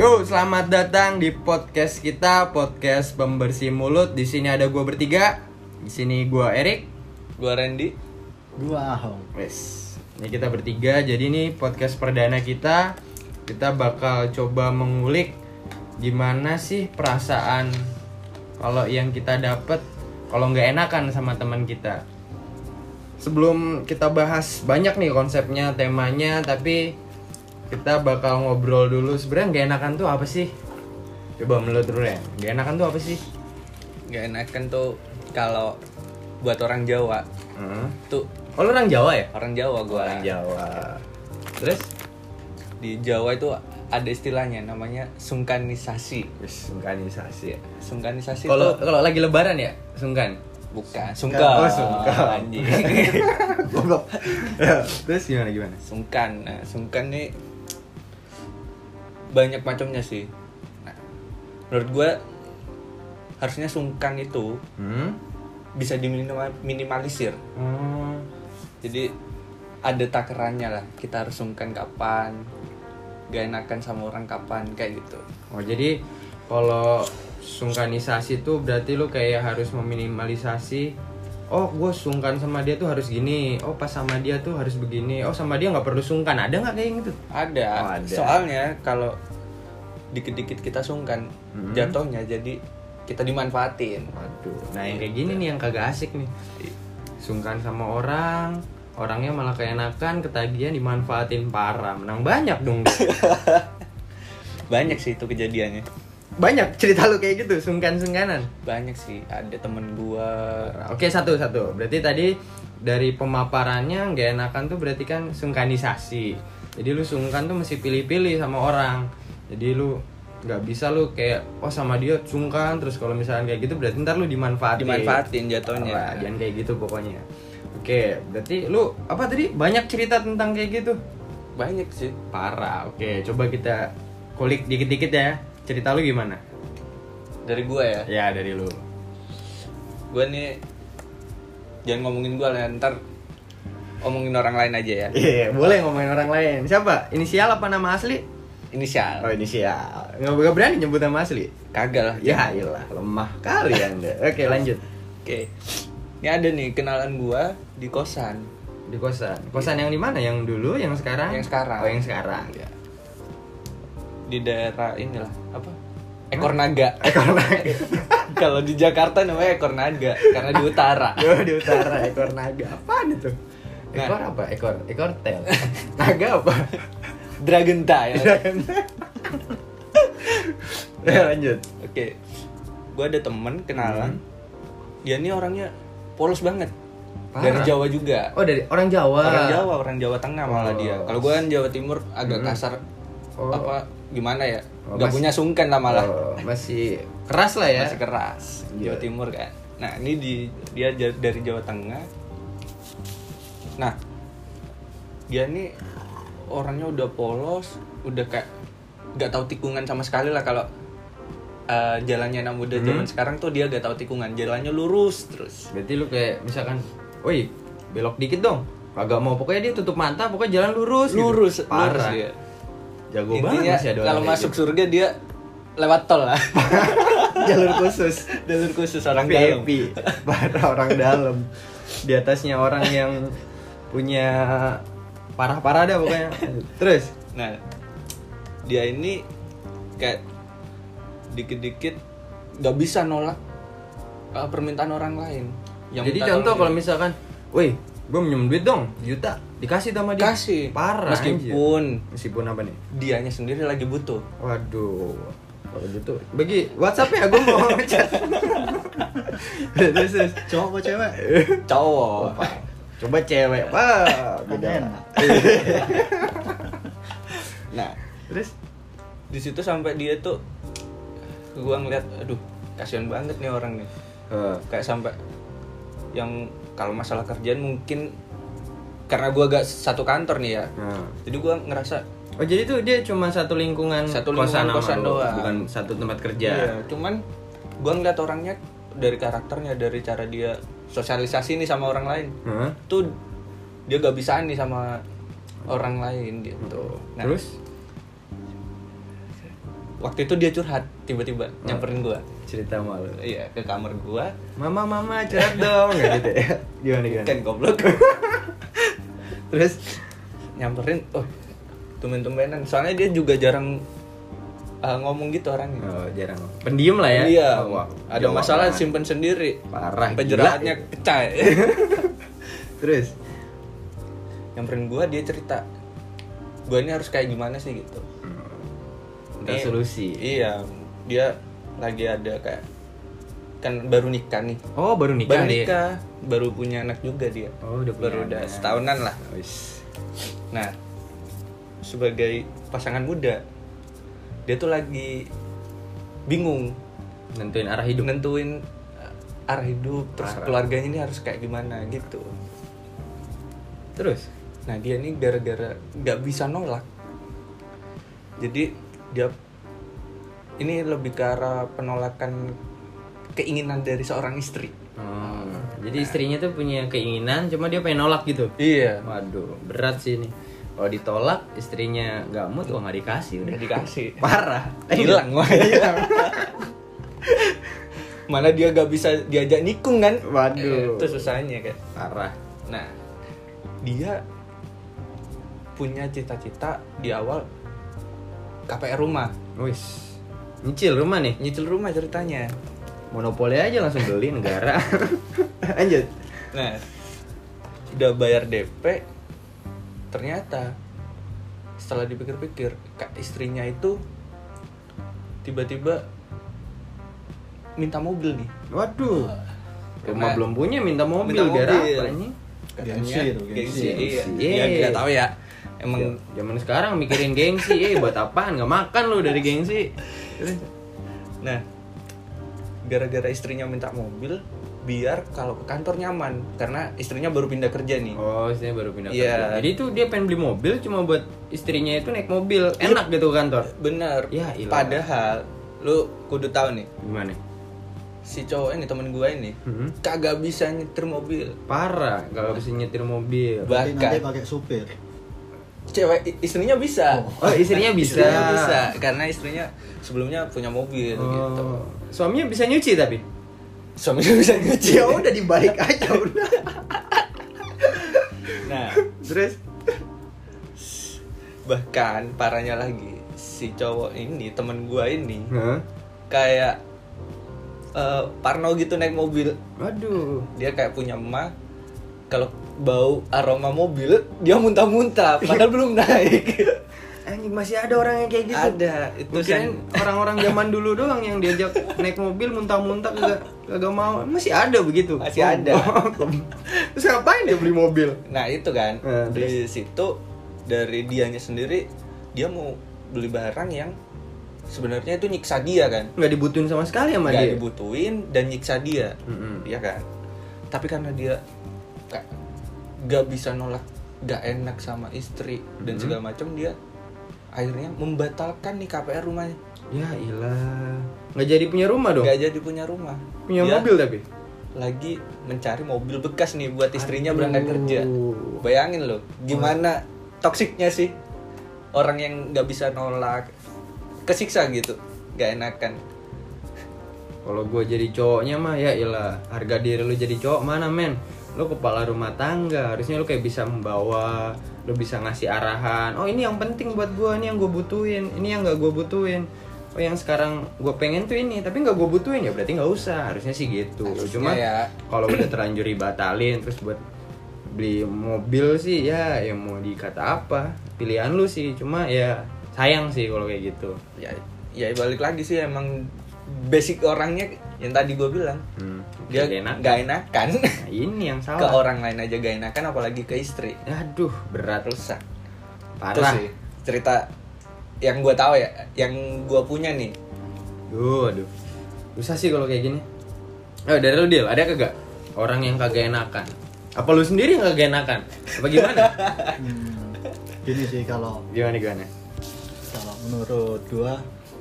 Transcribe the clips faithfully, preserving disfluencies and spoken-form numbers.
Yo, selamat datang di podcast kita, podcast pembersih mulut. Di sini ada gua bertiga. Di sini gua Erik, gua Randy, gua Ahong. Wes. Ini kita bertiga. Jadi ini podcast perdana kita. Kita bakal coba mengulik gimana sih perasaan kalau yang kita dapat kalau nggak enakan sama teman kita. Sebelum kita bahas banyak nih konsepnya, temanya, tapi kita bakal ngobrol dulu. Sebenarnya nggak enakan tuh apa sih? Coba menurut lu ya, nggak enakan tuh apa sih? Nggak enakan tuh kalau buat orang Jawa. Hmm. Tuh. Oh, lu orang Jawa ya? Orang Jawa gua. Orang Jawa. Terus di Jawa itu ada istilahnya namanya sungkanisasi. Wis, sungkanisasi ya. Sungkanisasi. Kalau tuh kalau lagi lebaran ya, sungkan. bukan, Sungkan. sungkan. Oh, sungkan. Anjing. Goblok. Terus gimana gimana? Sungkan. Nah, sungkan nih banyak macamnya sih. Nah, menurut gua harusnya sungkan itu Hmm? bisa diminimalisir. Hmm. Jadi ada takarannya lah. Kita harus sungkan kapan, gak enakan sama orang kapan, kayak gitu. Oh, jadi kalau sungkanisasi tuh berarti lu kayak harus meminimalisasi. Oh, gue sungkan sama dia tuh harus gini. Oh, pas sama dia tuh harus begini. Oh, sama dia nggak perlu sungkan. Ada nggak kayak gitu? Ada. Oh, ada. Soalnya kalau dikit-dikit kita sungkan, Hmm. jatuhnya jadi kita dimanfaatin. Waduh. Nah, yang kayak gini nih yang kagak asik nih. Sungkan sama orang, orangnya malah keenakan, ketagihan, dimanfaatin parah. Menang banyak dong. Banyak sih itu kejadiannya. Banyak cerita lu kayak gitu, sungkan-sungkanan. Banyak sih. Ada temen gua. Oke, satu-satu. Berarti tadi dari pemaparannya nggak enakan tuh berarti kan sungkanisasi. Jadi lu sungkan tuh mesti pilih-pilih sama orang. Jadi lu nggak bisa lu kayak oh sama dia sungkan terus kalau misalnya kayak gitu berarti ntar lu dimanfaatin. Dimanfaatin jatuhnya. Wah, jangan kayak gitu pokoknya. Oke, berarti lu apa tadi banyak cerita tentang kayak gitu? Banyak sih. Parah. Oke, coba kita kulik dikit-dikit ya. Cerita lu gimana? Dari gua ya. Ya, dari lu. Gua nih jangan ngomongin gua lah, ntar omongin orang lain aja ya. Iya, boleh ngomongin orang lain. Siapa? Inisial apa nama asli? Inisial. Oh, inisial. Nggak, nggak berani nyebut nama asli? Kagak lah. Ya, iyalah, lemah kali Anda. Oke, lanjut. Oke. Ini ada nih kenalan gua di kosan. Di kosan. Kosan yang di mana? Yang dulu, yang sekarang? Yang sekarang. Oh, yang sekarang. Ya. Di daerah inilah apa? Ekor naga. Ekor naga. Kalau di Jakarta namanya ekor naga karena di utara. Yo, di utara ekor naga. Apaan itu? Ekor Nah. apa? Ekor ekor tel. Naga apa? Dragon tail. Ya, lanjut. Oke. Gua ada temen kenalan. Hmm. Dia nih orangnya polos banget. Parah. Dari Jawa juga. Oh, dari orang Jawa. Orang Jawa, orang Jawa Tengah malah Oh. dia. Kalau gua kan Jawa Timur agak Hmm. kasar. Oh. Apa gimana ya? Oh, Gak masih- punya sungkan lah malah. Oh, masih keras lah ya. Masih keras. Iya. Jawa Timur kan. Nah, ini di dia j- dari Jawa Tengah. Nah, dia nih orangnya udah polos, udah kayak nggak tahu tikungan sama sekali lah kalau uh, jalannya anak muda Hmm. zaman sekarang tuh dia nggak tahu tikungan, jalannya lurus terus. Berarti lu kayak misalkan, "Woi, belok dikit dong." Kagak mau, pokoknya dia tutup mata, pokoknya jalan lurus. Lurus, gitu. Parah. lurus dia. Jago Intinya banget masih ada orang kalau kayak masuk gitu. surga dia lewat tol lah. Jalur khusus. Jalur khusus orang dalam. V I P. Para orang dalam. Di atasnya orang yang punya parah-parah dah pokoknya. Terus, Nah, dia ini kayak dikit-dikit nggak bisa nolak uh, permintaan orang lain. jadi minta contoh tolong kalau dia. misalkan, "Woi, gue minjem duit dong, juta." Dikasih sama dia. Kasih. Parah. Meskipun anjir. Meskipun apa nih? dianya sendiri lagi butuh. Waduh. Kalau gitu, bagi WhatsApp ya, gue mau ngechat. Terus, terus. Cowok apa cewek? Cowok. Coba cewek, wah, beda. Enak. Nah, Terus, di situ sampai dia tuh gua ngeliat, aduh, kasihan banget nih orang nih. uh, Kayak sampai yang kalau masalah kerjaan mungkin karena gua gak satu kantor nih ya. nah. Jadi gua ngerasa Oh, jadi tuh dia cuma satu lingkungan, Satu lingkungan kosan sama kosan lu, doang. bukan satu tempat kerja. iya, cuman gua ngeliat orangnya dari karakternya, dari cara dia sosialisasi nih sama orang lain. Hah? Tuh dia gak bisa nih sama orang lain gitu. Nah, Terus? waktu itu dia curhat tiba-tiba nyamperin gua. Cerita malu. Iya, ke kamar gua. Mama mama curhat dong nggak gitu ya? Gimana gimana? Kan goblok. Terus nyamperin, oh tumben-tumbenan. Soalnya dia juga jarang uh, ngomong gitu orangnya. Oh, jarang. Pendiam lah ya. Iya. Oh, wah, ada Jawa masalah banget. simpen sendiri. Parah. Sampai gila. jerawatnya pecah. Terus Nyamperin gua, dia cerita, gua ini harus kayak gimana sih gitu. minta Ini- solusi. Iya, dia lagi ada kayak kan baru nikah nih. Oh, baru nikah baru dia. nikah, baru punya anak juga dia. Oh, udah punya baru udah anak. setahunan lah. Wis. Nah, sebagai pasangan muda, dia tuh lagi bingung Nentuin arah hidup. nentuin uh, arah hidup, terus Arah. keluarganya ini harus kayak gimana gitu. Terus Nah, dia ini gara-gara nggak bisa nolak, jadi dia ini lebih ke arah penolakan keinginan dari seorang istri. Oh, jadi istrinya tuh punya keinginan, cuma dia pengen nolak gitu. Iya, Waduh, berat sih ini. Kalau ditolak, istrinya nggak mood, wah nggak dikasih udah. udah dikasih. Parah. Hilang wah. Mana dia gak bisa diajak nikung kan? Waduh. Eh, itu susahnya kan. Parah. Nah, dia punya cita-cita di awal K P R rumah, Wis. Nyicil rumah nih. nyicil rumah ceritanya. Monopoli aja langsung beli negara. Lanjut. Nah, udah bayar D P, ternyata setelah dipikir-pikir, kak istrinya itu tiba-tiba minta mobil nih. Waduh. Rumah Karena- belum punya minta mobil, minta biar mobil. apa ini? Gengsi itu, gengsi. Iya, Gengsi. ya nggak tahu ya. Emang Zaman sekarang mikirin gengsi, eh buat apaan? Nggak makan lu dari gengsi. Nah, gara-gara istrinya minta mobil, biar kalau ke kantor nyaman, karena istrinya baru pindah kerja nih. Oh, istrinya baru pindah Iya. kerja. Jadi tuh dia pengen beli mobil cuma buat istrinya itu naik mobil. Enak gitu ke kantor. Bener. Ya, ilah. Padahal lu kudu tahu nih, Gimana? si cowok ini temen gua ini Hmm. kagak bisa nyetir mobil. Parah, kalau bisa nyetir mobil. Berarti nanti Bahkan pakai supir. cewek i- istrinya bisa. Oh, istrinya bisa. Istrinya bisa karena istrinya sebelumnya punya mobil gitu. Oh. Suaminya bisa nyuci tapi. Suaminya bisa nyuci. Ya udah dibalik aja udah. Nah, Terus bahkan parahnya lagi, si cowok ini temen gua ini Hah? kayak eh, Parno gitu naik mobil. Waduh. Dia kayak punya emak, kalau bau aroma mobil dia muntah-muntah padahal belum naik. Anjing masih ada orang yang kayak gitu. Ada itu Mungkin kan orang-orang zaman dulu doang yang diajak naik mobil muntah-muntah kagak kagak mau. Masih ada begitu. Masih ada. Terus ngapain dia beli mobil? nah itu kan Nah, di situ dari dianya sendiri dia mau beli barang yang sebenarnya itu nyiksa dia kan, Nggak dibutuhin sama sekali sama nggak dia. dibutuhin dan nyiksa dia. Mm-mm. Iya kan, tapi karena dia kayak nggak bisa nolak, nggak enak sama istri dan Mhm. segala macam, dia akhirnya membatalkan nih K P R rumahnya. Ya ilah. Nggak jadi punya rumah dong. Nggak jadi punya rumah, Punya Dia mobil tapi. lagi mencari mobil bekas nih buat istrinya Aduh. berangkat kerja. Bayangin loh gimana toksiknya sih orang yang nggak bisa nolak, kesiksa gitu, nggak enakan. Kalau gue jadi cowoknya mah ya ilah, harga diri lu jadi cowok mana men? Lu kepala rumah tangga, harusnya lu kayak bisa membawa, lu bisa ngasih arahan. Oh ini yang penting buat gue, ini yang gue butuhin, ini yang nggak gue butuhin. Oh yang sekarang gue pengen tuh ini, tapi nggak gue butuhin ya berarti nggak usah. Harusnya sih gitu. Harusnya Cuma ya. kalau udah terlanjur dibatalin, terus buat beli mobil sih ya, ya mau dikata apa? Pilihan lu sih. Cuma ya sayang sih kalau kayak gitu. Ya, ya balik lagi sih emang basic orangnya yang tadi gue bilang, Hmm, dia nggak enak. nggak enakan. Nah, ini yang Ke salah. orang lain aja gak enakan, apalagi ke istri. Aduh, berat. Rusak. Itu Parah. sih cerita yang gue tahu ya, yang gue punya nih. Duh, aduh. Susah sih kalau kayak gini. Oh, dari lu Dil, ada kagak orang yang kagak enakan? Apa lu sendiri yang kagak enakan? Apa gimana? Hmm, gini sih kalau Gimana gimana? kalau menurut gua,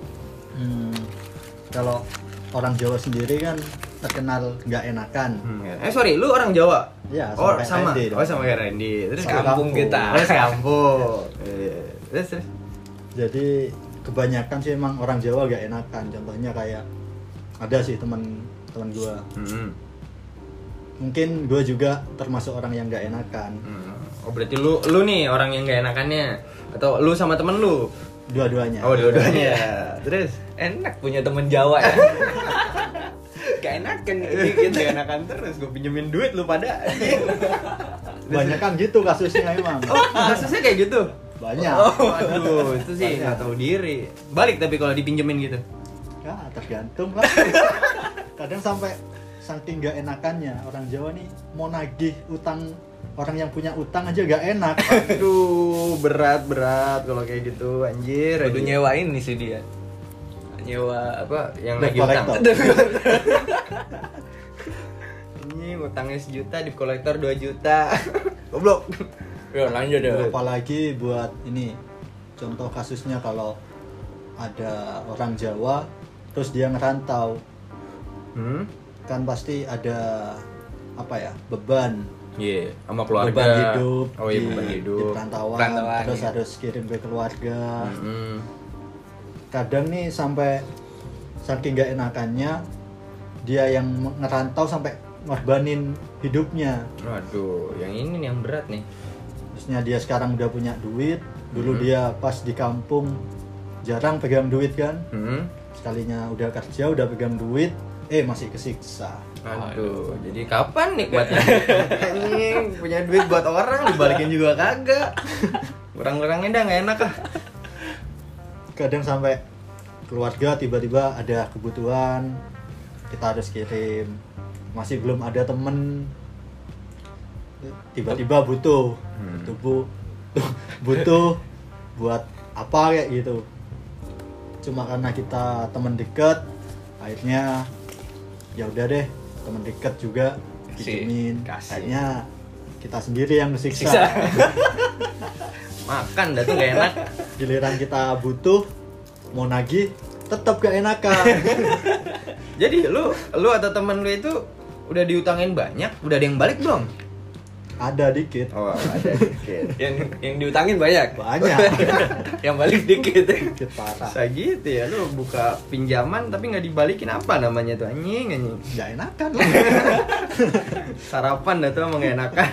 hmm, kalau orang Jawa sendiri kan terkenal nggak enakan. Hmm, ya. Eh sorry, lu orang Jawa? Ya, Oh, sama kayak sama. Randy dong. Oh, sama kayak Randy. Terus Sekampung kita. Oh, sekampung. Iya. Terus terus. Jadi kebanyakan sih emang orang Jawa gak enakan. Contohnya kayak ada sih teman teman gue, Hmm. mungkin gue juga termasuk orang yang gak enakan. Hmm. Oh berarti lu lu nih orang yang gak enakannya atau lu sama temen lu? Dua-duanya. Oh dua-duanya. Terus Enak punya temen Jawa ya. Gak enakan dikit. gak enakan terus gue pinjemin duit lu pada. Banyak kan gitu kasusnya emang. Oh kasusnya kayak gitu? Banyak. Oh aduh itu sih Banyak. nggak tahu diri. Balik tapi kalau dipinjemin gitu. Ya tergantung lah. Kadang sampai saking gak enakannya orang Jawa nih mau nagih utang orang yang punya utang aja gak enak. Aduh berat berat kalau kayak gitu anjir. Kudu anjir. nyewa ini sih dia. Nyewa Apa yang Debt lagi utang? collector. Ini utangnya sejuta, debt collector dua juta. Goblok. Ya lanjut deh. Apalagi buat ini contoh kasusnya kalau ada orang Jawa terus dia ngerantau, Hmm? kan pasti ada apa ya, beban Iya, yeah, sama keluarga. beban hidup Oh iya, di, beban di hidup. perantauan, Perantauan, terus iya. harus kirim ke keluarga. Hmm. Kadang nih sampai saking gak enakannya dia yang ngerantau sampai ngorbanin hidupnya. Waduh, yang ini nih yang berat nih. Terusnya dia sekarang udah punya duit, dulu Hmm. dia pas di kampung jarang pegang duit kan, Hmm. sekalinya udah kerja udah pegang duit, eh masih kesiksa. Aduh, jadi kapan nikmatnya? Anjing, punya duit buat orang dibalikin juga kagak. Kurang-kurangnya dah nggak enak ah. Kadang sampai keluarga tiba-tiba ada kebutuhan kita harus kirim, masih belum ada temen tiba-tiba butuh Hmm. tubuh butuh buat apa kayak gitu, cuma karena kita temen deket akhirnya ya udah deh temen deket juga Kasih, dikirimin, kasih. akhirnya kita sendiri yang kesiksa. Siksa. Makan dah tuh nggak enak. Giliran kita butuh mau nagih tetap gak enakan. Jadi lu lu atau temen lu itu udah diutangin banyak, udah ada yang balik belum? Ada dikit. Oh, ada dikit. yang yang diutangin banyak. Banyak. Yang balik dikit. Dikit parah. Bisa gitu ya, lu buka pinjaman tapi nggak dibalikin, apa namanya tuh, anjing anjing. Gak enakan lah. Sarapan dah tuh emang gak enakan.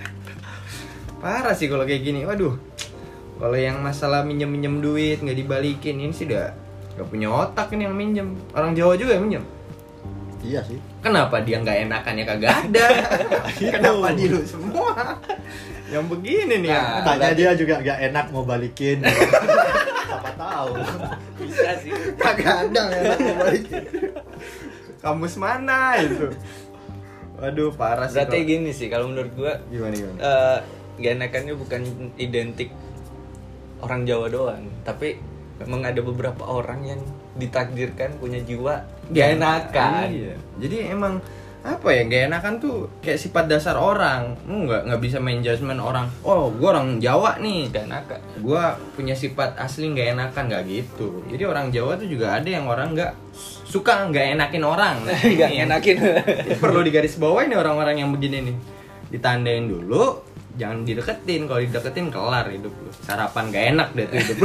Parah sih kalau kayak gini. Waduh. Kalau yang masalah minjem-minjem duit nggak dibalikin, ini sih udah gak punya otak ini yang minjem. Orang Jawa juga yang minjem. Iya sih. Kenapa dia nggak enakannya kagak ada? Kenapa di lu semua? Yang begini nih. Nah, yang- Tanya dia juga gak enak mau balikin. Siapa tahu. Bisa sih. Kagak ada yang enak mau balikin. Kamus mana itu? Waduh, parah sih. Berarti kalau- gini sih kalau menurut gua Gimana gimana? eh gak enakannya bukan identik orang Jawa doang, tapi memang ada beberapa orang yang ditakdirkan punya jiwa gak enakan. Iya. Jadi emang apa ya, gak enakan tuh kayak sifat dasar orang. Lu nggak nggak bisa main judgement orang. Oh, gua orang Jawa nih. Gak enakan. Gua punya sifat asli nggak enakan, nggak gitu. Jadi orang Jawa tuh juga ada yang orang nggak suka nggak enakin orang. Nah, Gak ini yang enakin. perlu digaris bawahi nih orang-orang yang begini nih. Ditandain dulu, jangan dideketin. Kalau dideketin kelar hidup lu. Sarapan gak enak deh tuh hidup lu.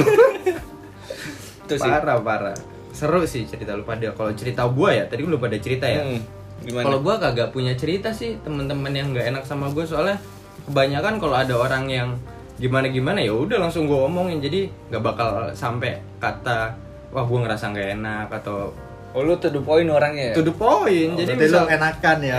Itu sih. Parah parah. Seru sih cerita lu pada. Kalau cerita gua ya, tadi lu pada cerita ya. Hmm, gimana? Kalau gua kagak punya cerita sih teman-teman yang nggak enak sama gua, soalnya kebanyakan kalau ada orang yang gimana gimana ya udah langsung gua omongin, jadi nggak bakal sampai kata wah gua ngerasa nggak enak atau Oh, lu to the point orangnya ya? to the point. Oh, jadi berarti misal lu enakan ya.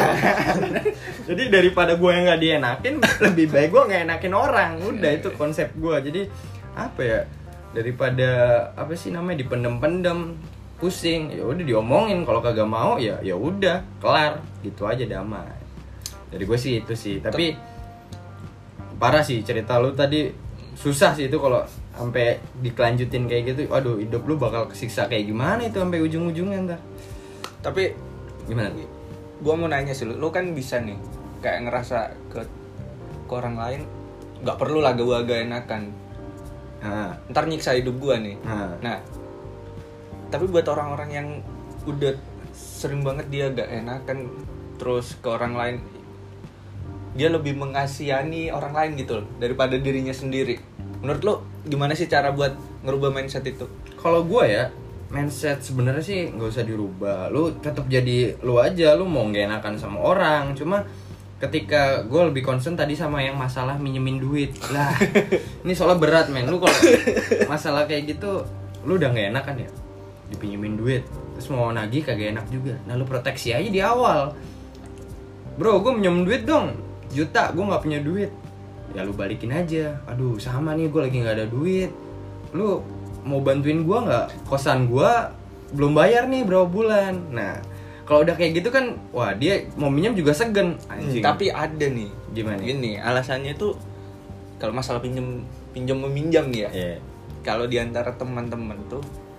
jadi daripada gua yang nggak dienakin lebih baik gua nggak enakin orang, udah itu konsep gua. Jadi apa ya, daripada apa sih namanya dipendem-pendem pusing, ya udah diomongin, kalau kagak mau ya ya udah kelar gitu aja, damai. Dari gue sih itu sih, tapi parah sih cerita lu tadi, susah sih itu kalau sampai dikelanjutin kayak gitu. Waduh, hidup lu bakal kesiksa kayak gimana itu sampai ujung-ujungnya ntar. Tapi Gimana? gua mau nanya sih, lu, lu kan bisa nih kayak ngerasa ke ke orang lain nggak perlu lah gua agak enakan, Nah, ntar nyiksa hidup gua nih. nah. Nah, tapi buat orang-orang yang udah sering banget dia gak enakan terus ke orang lain, dia lebih mengasihani orang lain gitu loh daripada dirinya sendiri. Menurut lo gimana sih cara buat ngerubah mindset itu? Kalau gue ya, mindset sebenarnya sih nggak usah dirubah. Lu tetap jadi lu aja, lu mau nggak enakan sama orang. Cuma ketika gue lebih concern tadi sama yang masalah minjemin duit. Lah, ini soalnya berat men. Lu kalau masalah kayak gitu, lu udah nggak enakan ya, dipinjemin duit. Terus mau nagih kagak enak juga. Nah lu proteksi aja di awal. Bro, gue minjem duit dong, juta, gue nggak punya duit. Ya lu balikin aja. Aduh sama nih, gue lagi nggak ada duit. Lu mau bantuin gue nggak? Kosan gue belum bayar nih berapa bulan. Nah kalau udah kayak gitu kan, wah dia mau minjem juga segen. Anjing. Hmm, tapi ada nih. Gimana? Gini, alasannya tuh kalau masalah pinjam pinjam meminjam nih ya. Yeah. Kalau diantara teman-teman tuh,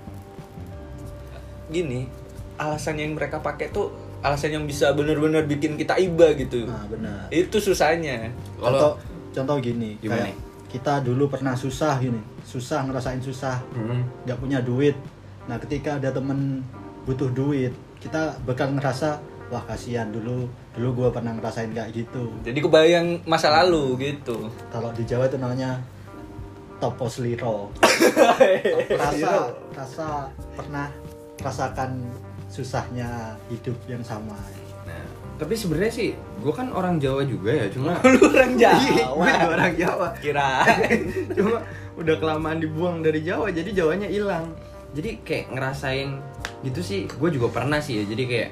gini, alasan yang mereka pakai tuh alasan yang bisa benar-benar bikin kita iba gitu. Nah, benar. Itu susahnya. Contoh contoh gini, Gimana? kayak kita dulu pernah susah gini, susah ngerasain susah, hmm. nggak punya duit. Nah ketika ada temen butuh duit, kita bakal ngerasa wah kasihan, dulu dulu gue pernah ngerasain kayak gitu. Jadi kebayang masa lalu gitu. Kalau di Jawa itu namanya topo sliro. rasa rasa pernah rasakan susahnya hidup yang sama. Nah, tapi sebenarnya sih gue kan orang Jawa juga ya, cuma Lu orang Jawa. gue juga orang Jawa. Kira. Cuma udah kelamaan dibuang dari Jawa, jadi Jawanya hilang. Jadi kayak ngerasain gitu sih, gue juga pernah sih ya. Jadi kayak,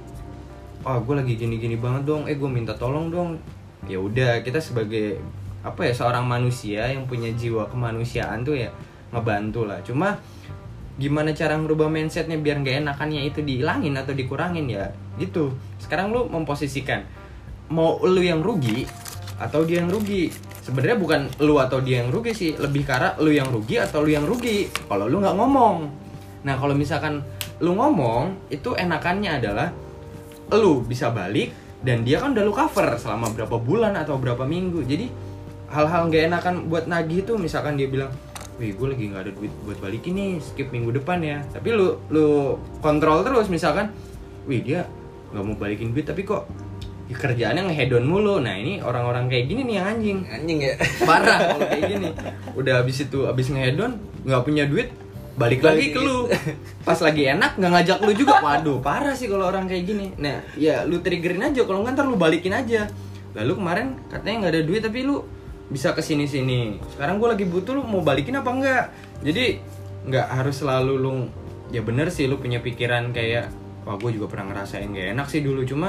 oh gue lagi gini-gini banget dong, eh gue minta tolong dong. Ya udah, kita sebagai apa ya, seorang manusia yang punya jiwa kemanusiaan tuh ya ngebantu lah. Cuma gimana cara ngerubah mindsetnya biar nggak enakannya itu dihilangin atau dikurangin ya gitu. Sekarang lu memposisikan mau lu yang rugi atau dia yang rugi. Sebenarnya bukan lu atau dia yang rugi sih, lebih karena lu yang rugi atau lu yang rugi kalau lu nggak ngomong. Nah kalau misalkan lu ngomong, itu enakannya adalah lu bisa balik dan dia kan udah lu cover selama berapa bulan atau berapa minggu. Jadi hal-hal nggak enakan buat nagih itu, misalkan dia bilang, wih gue lagi nggak ada duit buat balikin nih, skip minggu depan ya. Tapi lu lu kontrol terus, misalkan, wih dia nggak mau balikin duit tapi kok ya kerjaannya ngehedon mulu. Nah ini orang-orang kayak gini nih yang anjing. Anjing ya. Parah kalau kayak gini. Udah habis itu habis ngehedon nggak punya duit, balik, balik lagi ke lu. Pas lagi enak nggak ngajak lu juga. Waduh parah sih kalau orang kayak gini. Nah ya lu triggerin aja, kalau nggak ntar lu balikin aja. Lalu kemarin katanya nggak ada duit tapi lu bisa kesini sini. Sekarang gue lagi butuh, lu mau balikin apa enggak? Jadi nggak harus selalu lu, ya bener sih lu punya pikiran kayak, wah gue juga pernah ngerasain gak enak sih dulu. Cuma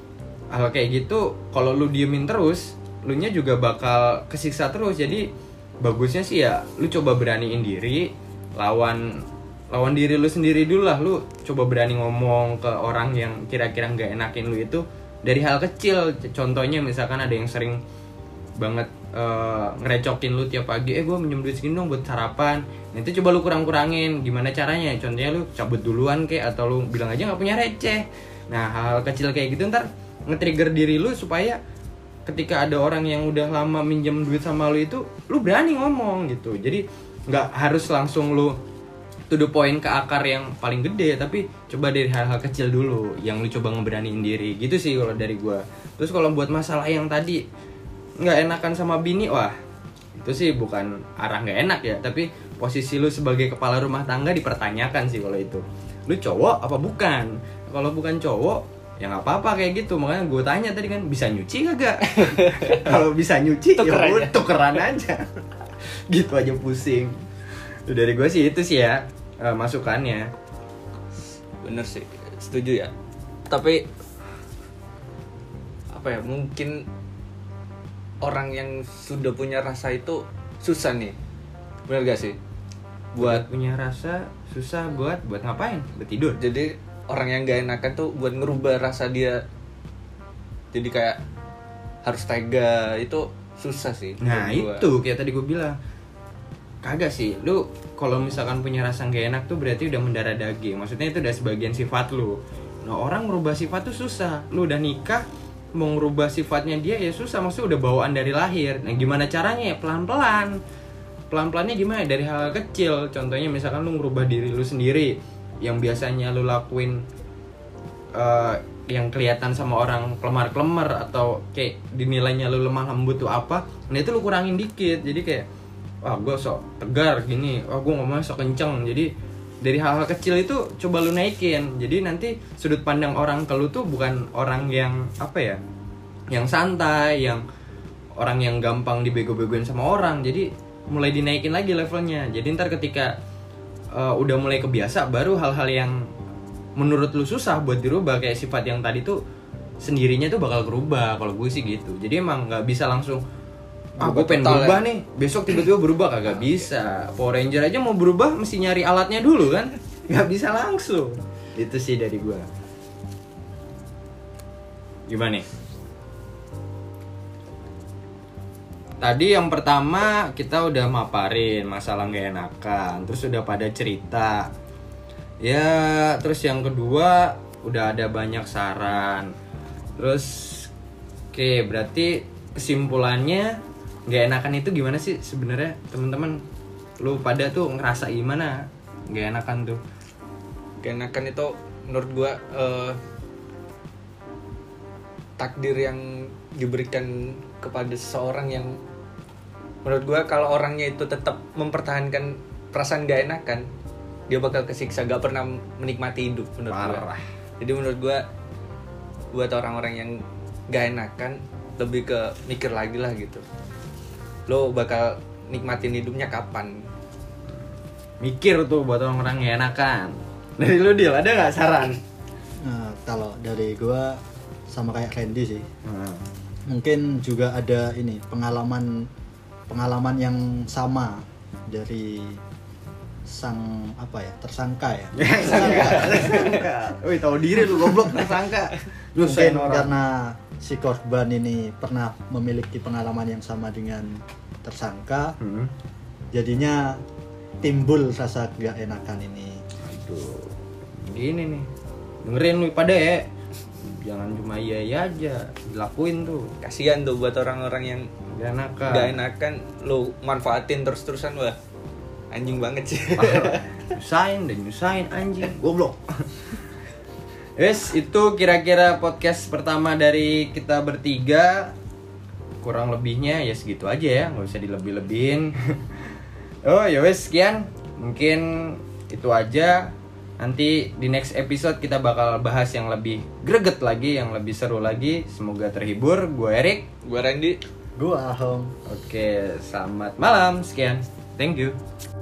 hal kayak gitu kalau lu diemin terus, lu nya juga bakal kesiksa terus. Jadi bagusnya sih ya lu coba beraniin diri, lawan lawan diri lu sendiri dulu lah. Lu coba berani ngomong ke orang yang kira-kira nggak enakin lu itu dari hal kecil. Contohnya misalkan ada yang sering banget uh, ngerecokin lu tiap pagi, eh gue minjem duit segini dong buat sarapan. Nah itu coba lu kurang-kurangin. Gimana caranya? Contohnya lu cabut duluan kayak, atau lu bilang aja nggak punya receh. Nah hal kecil kayak gitu ntar nge-trigger diri lu supaya ketika ada orang yang udah lama minjem duit sama lu itu, lu berani ngomong gitu. Jadi nggak harus langsung lu to the point ke akar yang paling gede, tapi coba dari hal-hal kecil dulu yang lu coba ngeberaniin diri gitu sih kalau dari gua. Terus kalau buat masalah yang tadi nggak enakan sama bini, wah itu sih bukan arah nggak enak ya, tapi posisi lu sebagai kepala rumah tangga dipertanyakan sih kalau itu. Lu cowok apa bukan? Kalau bukan cowok ya nggak apa-apa kayak gitu. Makanya gue tanya tadi kan, bisa nyuci kagak? Kalau bisa nyuci tukeran ya aja. tukeran aja. Gitu aja pusing. Tuh, dari gue sih itu sih ya uh, masukannya. Bener sih, setuju ya. Tapi apa ya, mungkin orang yang sudah punya rasa itu susah nih, bener gak sih? Buat punya rasa susah buat buat ngapain? Buat tidur. Jadi orang yang gak enakan tuh buat ngerubah rasa dia jadi kayak harus tega, itu susah sih. Nah menurut itu gua. kayak tadi gue bilang, kagak sih. Lu kalau misalkan punya rasa gak enak tuh berarti udah mendarah daging. Maksudnya itu udah sebagian sifat lu. Nah orang ngerubah sifat tuh susah. Lu udah nikah, mau ngerubah sifatnya dia ya susah. Maksudnya udah bawaan dari lahir. Nah gimana caranya ya? Pelan-pelan. Pelan-pelannya gimana? Dari hal kecil. Contohnya misalkan lu ngerubah diri lu sendiri, yang biasanya lu lakuin uh, yang kelihatan sama orang kelemar-kelemar atau kayak dinilainya lu lemah lembut tuh apa, nah itu lu kurangin dikit. Jadi kayak wah gue sok tegar gini, wah gue ngomongnya sok kenceng. Jadi dari hal-hal kecil itu coba lu naikin. Jadi nanti sudut pandang orang ke lu tuh bukan orang yang apa ya, yang santai, yang orang yang gampang dibego-begoin sama orang. Jadi mulai dinaikin lagi levelnya. Jadi ntar ketika uh, udah mulai kebiasa, baru hal-hal yang menurut lu susah buat dirubah, kayak sifat yang tadi tuh sendirinya tuh bakal berubah. Kalau gue sih gitu. Jadi emang nggak bisa langsung ah gue pengen berubah ya nih, besok tiba-tiba berubah, kagak bisa. Power Ranger aja mau berubah mesti nyari alatnya dulu kan, nggak bisa langsung. Itu sih dari gue. Gimana nih? Tadi yang pertama kita udah maparin masalah gak enakan, terus udah pada cerita. Ya, terus yang kedua udah ada banyak saran. Terus oke, berarti kesimpulannya gak enakan itu gimana sih sebenarnya, teman-teman? Lu pada tuh ngerasa gimana gak enakan tuh? Gak enakan itu menurut gua uh, takdir yang diberikan kepada seseorang yang menurut gua kalau orangnya itu tetap mempertahankan perasaan gak enakan, dia bakal kesiksa, gak pernah menikmati hidup menurut gua. Jadi menurut gua buat orang-orang yang gak enakan lebih ke mikir lagi lah gitu, lo bakal nikmatin hidupnya kapan. Mikir tuh buat orang-orang yang enakan. Dari lu Dil, ada gak saran? Nah, kalau dari gua sama kayak Randy sih. Hmm. Mungkin juga ada ini pengalaman pengalaman yang sama dari sang apa ya, tersangka ya. Tersangka. Wih, tahu diri lu goblok, tersangka. Lu Mungkin karena si korban ini pernah memiliki pengalaman yang sama dengan tersangka, hmm. jadinya timbul rasa gak enakan ini. Aduh, gini nih, dengerin lu pada ya, jangan cuma iya iya aja, dilakuin tuh. Kasihan tuh buat orang-orang yang gak enakan. Gak enakan, lu manfaatin terus-terusan, wah anjing banget sih. Nyusahin dan nyusahin anjing, goblok. Yes, itu kira-kira podcast pertama dari kita bertiga. Kurang lebihnya ya segitu aja ya, nggak usah dilebih-lebihin. Oh ya wes, sekian. Mungkin itu aja. Nanti di next episode kita bakal bahas yang lebih greget lagi, yang lebih seru lagi. Semoga terhibur. Gue Erik. Gue Randy. Gue Ahong. Oke, selamat malam. Sekian. Thank you.